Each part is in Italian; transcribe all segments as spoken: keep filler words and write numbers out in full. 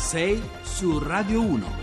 sei su Radio uno.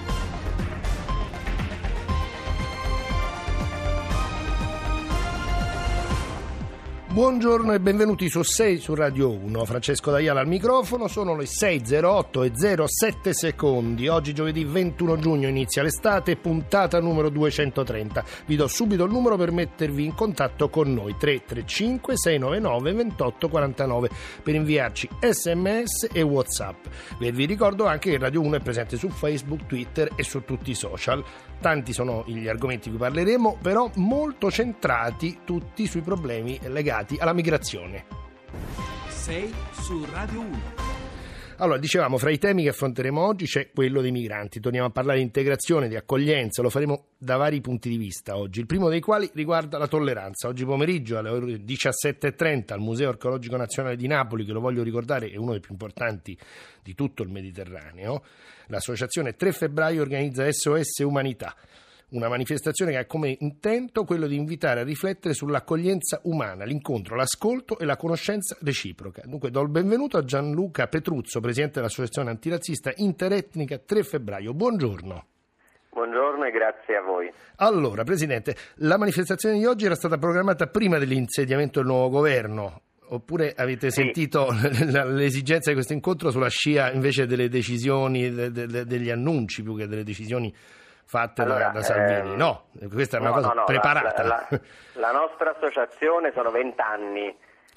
Buongiorno e benvenuti su sei su Radio uno. Francesco D'Aiala al microfono. Sono le sei e zero otto e zero sette secondi. Oggi giovedì ventuno giugno inizia l'estate, puntata numero duecentotrenta. Vi do subito il numero per mettervi in contatto con noi: tre tre cinque sei nove nove due otto quattro nove per inviarci sms e WhatsApp. Vi ricordo anche che Radio uno è presente su Facebook, Twitter e su tutti i social. Tanti sono gli argomenti di cui parleremo, però molto centrati tutti sui problemi legati alla migrazione. sei su Radio uno. Allora, dicevamo, fra i temi che affronteremo oggi c'è quello dei migranti. Torniamo a parlare di integrazione, di accoglienza, lo faremo da vari punti di vista oggi, il primo dei quali riguarda la tolleranza. Oggi pomeriggio alle ore diciassette e trenta al Museo Archeologico Nazionale di Napoli, che lo voglio ricordare è uno dei più importanti di tutto il Mediterraneo, l'associazione tre febbraio organizza S O S Umanità, una manifestazione che ha come intento quello di invitare a riflettere sull'accoglienza umana, l'incontro, l'ascolto e la conoscenza reciproca. Dunque do il benvenuto a Gianluca Petruzzo, presidente dell'associazione antirazzista interetnica tre febbraio. Buongiorno. Buongiorno e grazie a voi. Allora, Presidente, la manifestazione di oggi era stata programmata prima dell'insediamento del nuovo governo, oppure avete sì. sentito l'esigenza di questo incontro sulla scia invece delle decisioni, de, de, degli annunci più che delle decisioni fatte allora, da, da Salvini? Ehm, no, questa è una no, cosa no, no, preparata. La, la, la nostra associazione sono vent'anni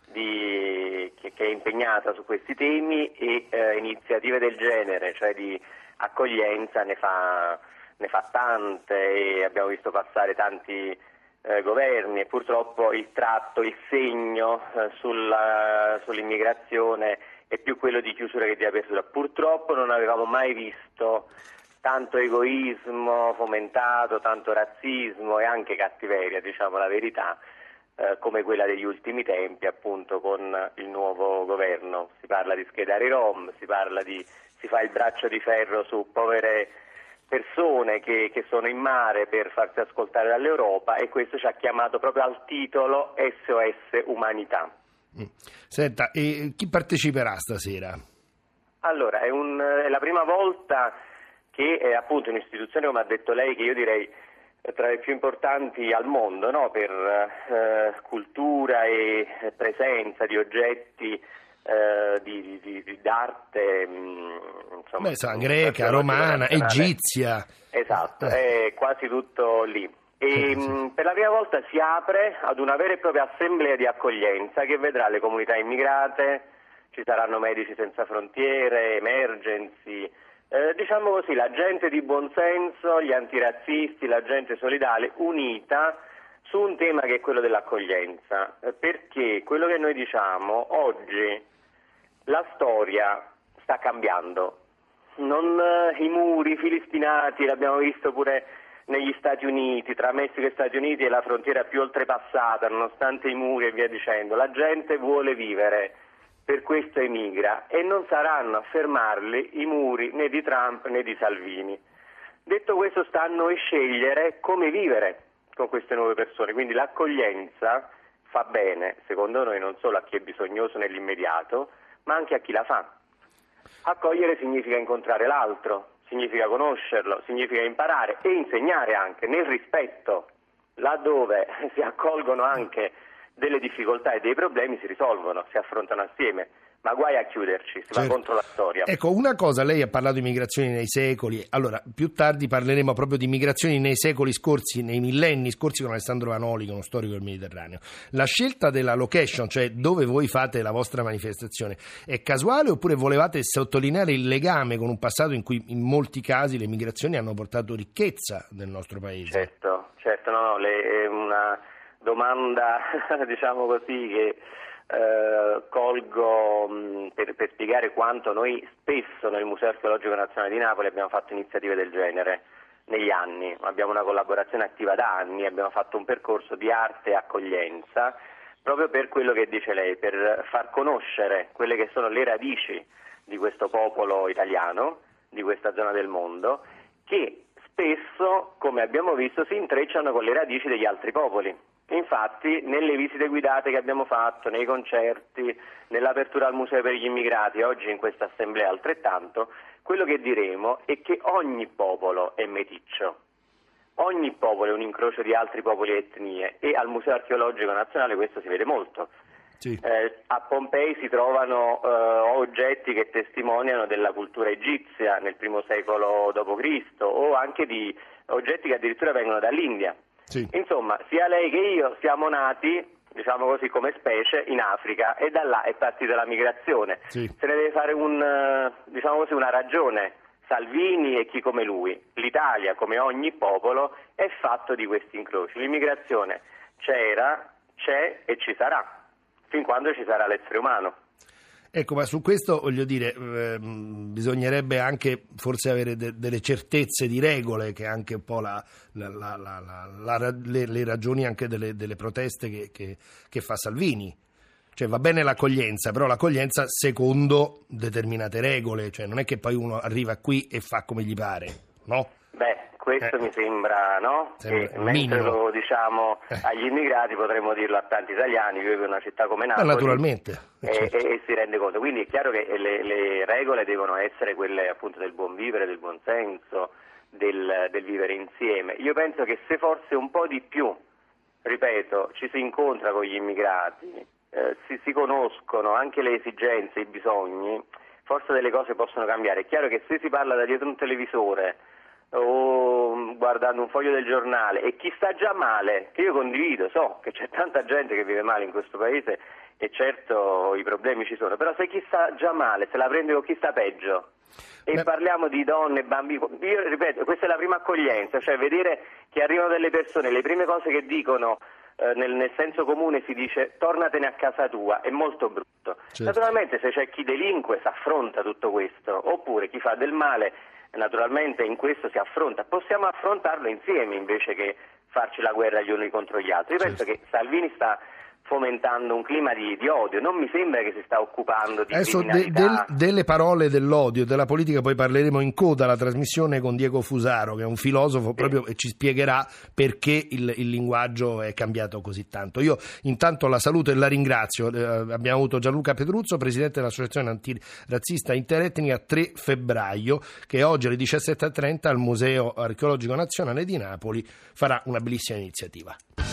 di, che, che è impegnata su questi temi e eh, iniziative del genere, cioè di accoglienza, ne fa, ne fa tante e abbiamo visto passare tanti eh, governi e purtroppo il tratto, il segno eh, sulla, sull'immigrazione è più quello di chiusura che di apertura. Purtroppo non avevamo mai visto tanto egoismo fomentato, tanto razzismo e anche cattiveria, diciamo la verità, eh, come quella degli ultimi tempi, appunto con il nuovo governo. Si parla di schedare i Rom, si parla di si fa il braccio di ferro su povere persone che, che sono in mare per farsi ascoltare dall'Europa, e questo ci ha chiamato proprio al titolo S O S Umanità. Senta, e chi parteciperà stasera? Allora, è, un, è la prima volta che è appunto un'istituzione, come ha detto lei, che io direi tra le più importanti al mondo, no? per eh, cultura e presenza di oggetti eh, di, di, di, d'arte, mh, insomma, Beh, sa, greca, romana, egizia. Esatto, è quasi tutto lì. E mh, per la prima volta si apre ad una vera e propria assemblea di accoglienza che vedrà le comunità immigrate, ci saranno Medici Senza Frontiere, Emergency, Eh, diciamo così, la gente di buonsenso, gli antirazzisti, la gente solidale unita su un tema che è quello dell'accoglienza, eh, perché quello che noi diciamo oggi, la storia sta cambiando, non eh, i muri filistinati, l'abbiamo visto pure negli Stati Uniti, tra Messico e Stati Uniti è la frontiera più oltrepassata nonostante i muri e via dicendo, la gente vuole vivere. Per questo emigra e non saranno a fermarli i muri né di Trump né di Salvini. Detto questo, sta a noi scegliere come vivere con queste nuove persone, quindi l'accoglienza fa bene, secondo noi, non solo a chi è bisognoso nell'immediato, ma anche a chi la fa. Accogliere significa incontrare l'altro, significa conoscerlo, significa imparare e insegnare anche nel rispetto, laddove si accolgono anche delle difficoltà e dei problemi si risolvono, si affrontano assieme, ma guai a chiuderci, si certo. va contro la storia. Ecco, una cosa, lei ha parlato di migrazioni nei secoli, allora più tardi parleremo proprio di migrazioni nei secoli scorsi, nei millenni scorsi con Alessandro Vanoli, che è uno storico del Mediterraneo. La scelta della location, cioè dove voi fate la vostra manifestazione, è casuale oppure volevate sottolineare il legame con un passato in cui in molti casi le migrazioni hanno portato ricchezza nel nostro paese? Certo, certo, no, no, le, è una domanda diciamo così che eh, colgo mh, per, per spiegare quanto noi spesso nel Museo Archeologico Nazionale di Napoli abbiamo fatto iniziative del genere negli anni, abbiamo una collaborazione attiva da anni, abbiamo fatto un percorso di arte e accoglienza proprio per quello che dice lei, per far conoscere quelle che sono le radici di questo popolo italiano, di questa zona del mondo, che spesso, come abbiamo visto, si intrecciano con le radici degli altri popoli. Infatti, nelle visite guidate che abbiamo fatto, nei concerti, nell'apertura al Museo per gli immigrati, oggi in questa assemblea altrettanto, quello che diremo è che ogni popolo è meticcio. Ogni popolo è un incrocio di altri popoli e etnie e al Museo Archeologico Nazionale questo si vede molto. Sì. Eh, a Pompei si trovano eh, oggetti che testimoniano della cultura egizia nel primo secolo dopo Cristo o anche di oggetti che addirittura vengono dall'India. Sì. Insomma, sia lei che io siamo nati, diciamo così, come specie in Africa e da là è partita la migrazione. Sì. Se ne deve fare un, diciamo così, una ragione. Salvini e chi come lui. L'Italia, come ogni popolo, è fatto di questi incroci. L'immigrazione c'era, c'è e ci sarà, fin quando ci sarà l'essere umano. Ecco, ma su questo voglio dire, eh, bisognerebbe anche forse avere de- delle certezze di regole, che è anche un po' la, la, la, la, la, la, le, le ragioni anche delle, delle proteste che, che, che fa Salvini. Cioè va bene l'accoglienza, però l'accoglienza secondo determinate regole, cioè non è che poi uno arriva qui e fa come gli pare, no? Beh, questo eh. mi sembra, no? Sembra Che mentre minimo. lo diciamo Eh. agli immigrati potremmo dirlo a tanti italiani che vivono in una città come Napoli. Ma naturalmente. E, certo. e, e si rende conto. Quindi è chiaro che le, le regole devono essere quelle appunto del buon vivere, del buon senso, del, del vivere insieme. Io penso che se forse un po' di più, ripeto, ci si incontra con gli immigrati, eh, si, si conoscono anche le esigenze, i bisogni, forse delle cose possono cambiare. È chiaro che se si parla da dietro un televisore o guardando un foglio del giornale e chi sta già male, che io condivido, so che c'è tanta gente che vive male in questo paese e certo i problemi ci sono, però se chi sta già male se la prende con chi sta peggio e Beh. parliamo di donne, bambini, io ripeto, questa è la prima accoglienza, cioè vedere che arrivano delle persone, le prime cose che dicono eh, nel, nel senso comune si dice tornatene a casa tua, è molto brutto. Certo. Naturalmente se c'è chi delinque si affronta tutto questo, oppure chi fa del male naturalmente in questo si affronta, possiamo affrontarlo insieme invece che farci la guerra gli uni contro gli altri. Io penso certo. che Salvini sta fomentando un clima di, di odio, non mi sembra che si sta occupando di Adesso criminalità. De, del, delle parole dell'odio, della politica poi parleremo in coda alla trasmissione con Diego Fusaro, che è un filosofo sì. proprio e ci spiegherà perché il, il linguaggio è cambiato così tanto. Io intanto la saluto e la ringrazio. Eh, abbiamo avuto Gianluca Pedruzzo, presidente dell'Associazione Antirazzista Interetnica tre febbraio, che oggi alle diciassette e trenta al Museo Archeologico Nazionale di Napoli farà una bellissima iniziativa.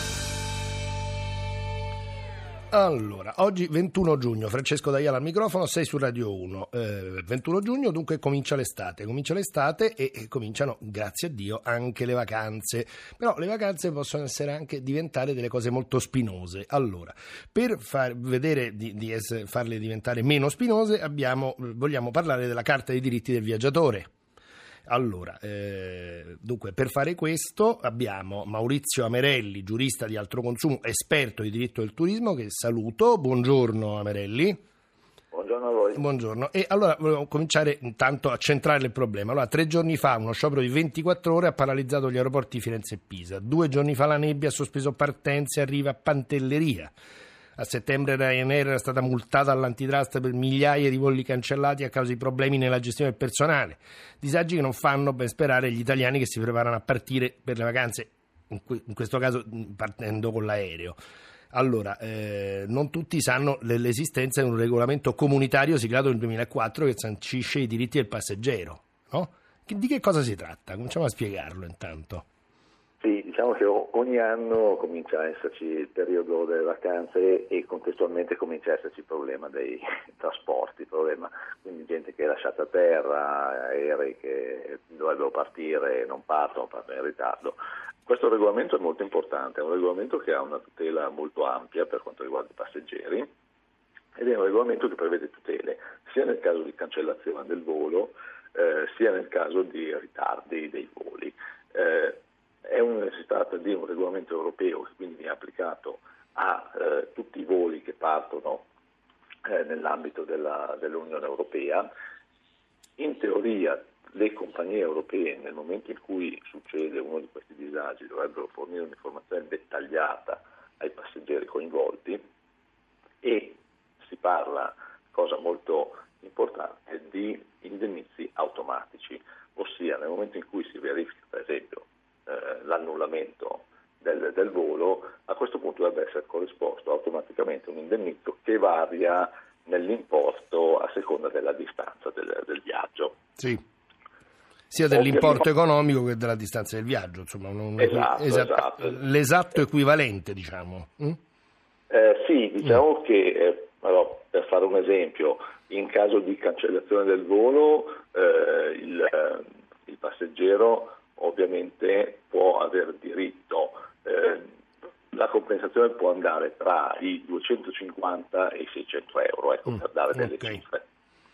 Allora, oggi ventuno giugno, Francesco D'Aiala al microfono, sei su Radio uno, eh, ventuno giugno dunque comincia l'estate, comincia l'estate e, e cominciano, grazie a Dio, anche le vacanze, però le vacanze possono essere anche diventare delle cose molto spinose. Allora, per far vedere di, di essere, farle diventare meno spinose abbiamo, vogliamo parlare della Carta dei diritti del viaggiatore. Allora, eh, dunque, per fare questo abbiamo Maurizio Amerelli, giurista di altro consumo, esperto di diritto del turismo, che saluto. Buongiorno Amerelli. Buongiorno a voi. Buongiorno. E allora volevo cominciare intanto a centrare il problema. Allora, tre giorni fa uno sciopero di ventiquattro ore ha paralizzato gli aeroporti di Firenze e Pisa. Due giorni fa la nebbia ha sospeso partenze e arriva a Pantelleria. A settembre Ryanair era stata multata all'antitrust per migliaia di voli cancellati a causa di problemi nella gestione del personale. Disagi che non fanno ben sperare gli italiani che si preparano a partire per le vacanze, in, que- in questo caso partendo con l'aereo. Allora, eh, non tutti sanno l'esistenza di un regolamento comunitario siglato nel duemilaquattro che sancisce i diritti del passeggero, no? Di che cosa si tratta? Cominciamo a spiegarlo intanto. Sì, diciamo che ogni anno comincia a esserci il periodo delle vacanze e contestualmente comincia a esserci il problema dei trasporti, il problema, quindi gente che è lasciata a terra, aerei che dovrebbero partire e non partono, partono in ritardo. Questo regolamento è molto importante, è un regolamento che ha una tutela molto ampia per quanto riguarda i passeggeri ed è un regolamento che prevede tutele sia nel caso di cancellazione del volo eh, sia nel caso di ritardi dei voli. Eh, È un, si tratta di un regolamento europeo che quindi è applicato a eh, tutti i voli che partono eh, nell'ambito della, dell'Unione Europea. In teoria le compagnie europee nel momento in cui succede uno di questi disagi dovrebbero fornire un'informazione dettagliata ai passeggeri coinvolti e si parla, cosa molto importante, di indennizzi automatici, ossia nel momento in cui si verifica per esempio Eh, l'annullamento del, del volo, a questo punto dovrebbe essere corrisposto automaticamente un indennizzo che varia nell'importo a seconda della distanza del, del viaggio. Sì, sia dell'importo economico che della distanza del viaggio, insomma, un, esatto, esatto, esatto. l'esatto equivalente, diciamo. Mm? Eh, sì, diciamo mm. che, eh, allora, per fare un esempio, in caso di cancellazione del volo, eh, il, eh, il passeggero ovviamente può aver diritto, eh, la compensazione può andare tra i duecentocinquanta e i seicento euro, ecco, mm. per dare delle okay. cifre.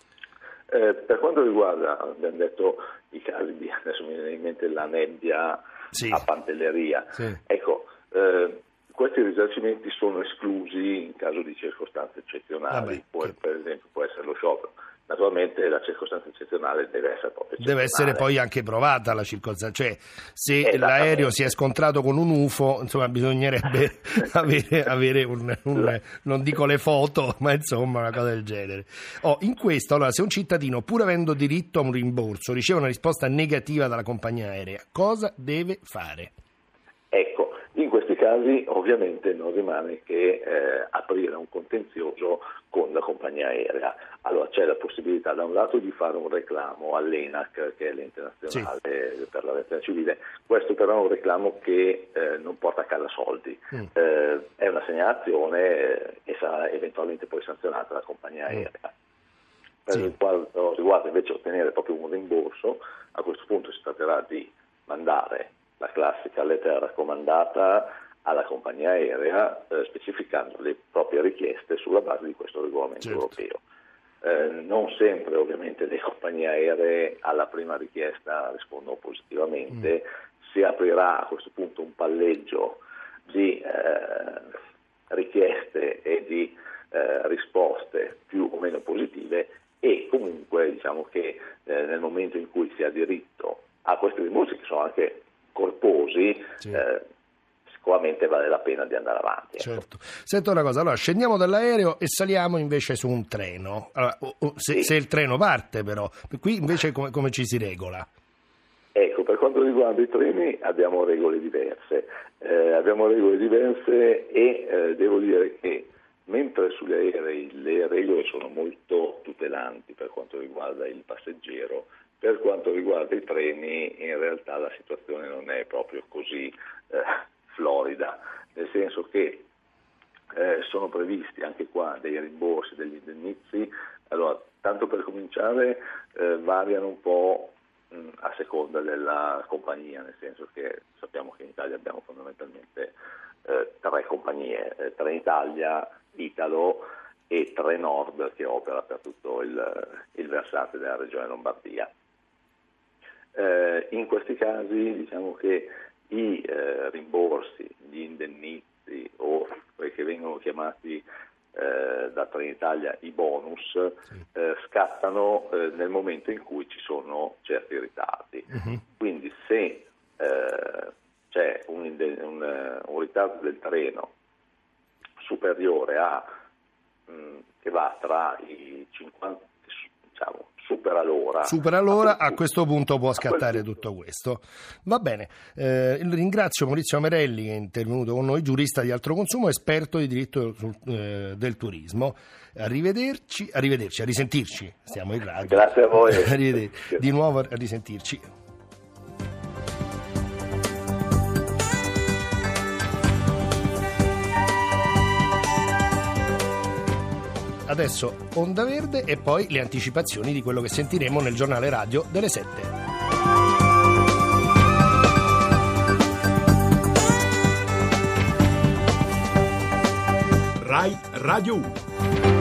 Eh, per quanto riguarda, abbiamo detto, i casi di, adesso mi viene in mente la nebbia sì. a Pantelleria, sì. ecco, eh, questi risarcimenti sono esclusi in caso di circostanze eccezionali. Vabbè, Poi, per esempio può essere lo sciopero. Naturalmente la circostanza eccezionale deve essere proprio deve essere poi anche provata la circostanza, cioè se l'aereo si è scontrato con un U F O, insomma bisognerebbe avere, avere un, un non dico le foto, ma insomma una cosa del genere. Oh, in questo, allora, se un cittadino, pur avendo diritto a un rimborso, riceve una risposta negativa dalla compagnia aerea, cosa deve fare? Ecco, in questi casi ovviamente non rimane che eh, aprire un contenzioso con la compagnia aerea. Allora c'è la possibilità da un lato di fare un reclamo all'ENAC, che è l'ente nazionale sì. per l'aviazione civile. Questo però è un reclamo che eh, non porta a casa soldi, mm. eh, è una segnalazione eh, e sarà eventualmente poi sanzionata dalla compagnia aerea. Mm. Per sì. quanto riguarda invece ottenere proprio un rimborso, a questo punto si tratterà di mandare la classica lettera raccomandata alla compagnia aerea eh, specificando le proprie richieste sulla base di questo regolamento certo. europeo. Eh, non sempre ovviamente le compagnie aeree alla prima richiesta rispondono positivamente, mm. si aprirà a questo punto un palleggio di eh, richieste e di eh, risposte più o meno positive e comunque diciamo che eh, nel momento in cui si ha diritto a questi rimborsi che sono anche corposi, sì. eh, sicuramente vale la pena di andare avanti. Certo. Ecco. Sento una cosa, allora scendiamo dall'aereo e saliamo invece su un treno. Allora, se, sì. se il treno parte però, qui invece come, come ci si regola? Ecco, per quanto riguarda i treni abbiamo regole diverse, eh, abbiamo regole diverse e eh, devo dire che mentre sugli aerei le regole sono molto tutelanti per quanto riguarda il passeggero, per quanto riguarda i treni in realtà la situazione non è proprio così eh, florida, nel senso che eh, sono previsti anche qua dei rimborsi, degli indennizi. Allora, tanto per cominciare eh, variano un po' mh, a seconda della compagnia, nel senso che sappiamo che in Italia abbiamo fondamentalmente eh, tre compagnie, eh, Trenitalia, Italo e Trenord che opera per tutto il, il versante della regione Lombardia. Eh, in questi casi diciamo che i eh, rimborsi, gli indennizi o quelli che vengono chiamati eh, da Trenitalia i bonus sì. eh, scattano eh, nel momento in cui ci sono certi ritardi. Uh-huh. Quindi se eh, c'è un, inden- un, un ritardo del treno superiore a mh, che va tra i cinquanta, diciamo, supera l'ora. Supera l'ora, a questo punto può scattare tutto questo. Va bene, eh, ringrazio Maurizio Amerelli che è intervenuto con noi, giurista di Altro Consumo, esperto di diritto sul, eh, del turismo. Arrivederci, arrivederci, a risentirci, stiamo in radio. Grazie a voi. Arrivederci. Di nuovo a risentirci. Adesso Onda Verde e poi le anticipazioni di quello che sentiremo nel giornale radio delle sette. Rai Radio uno.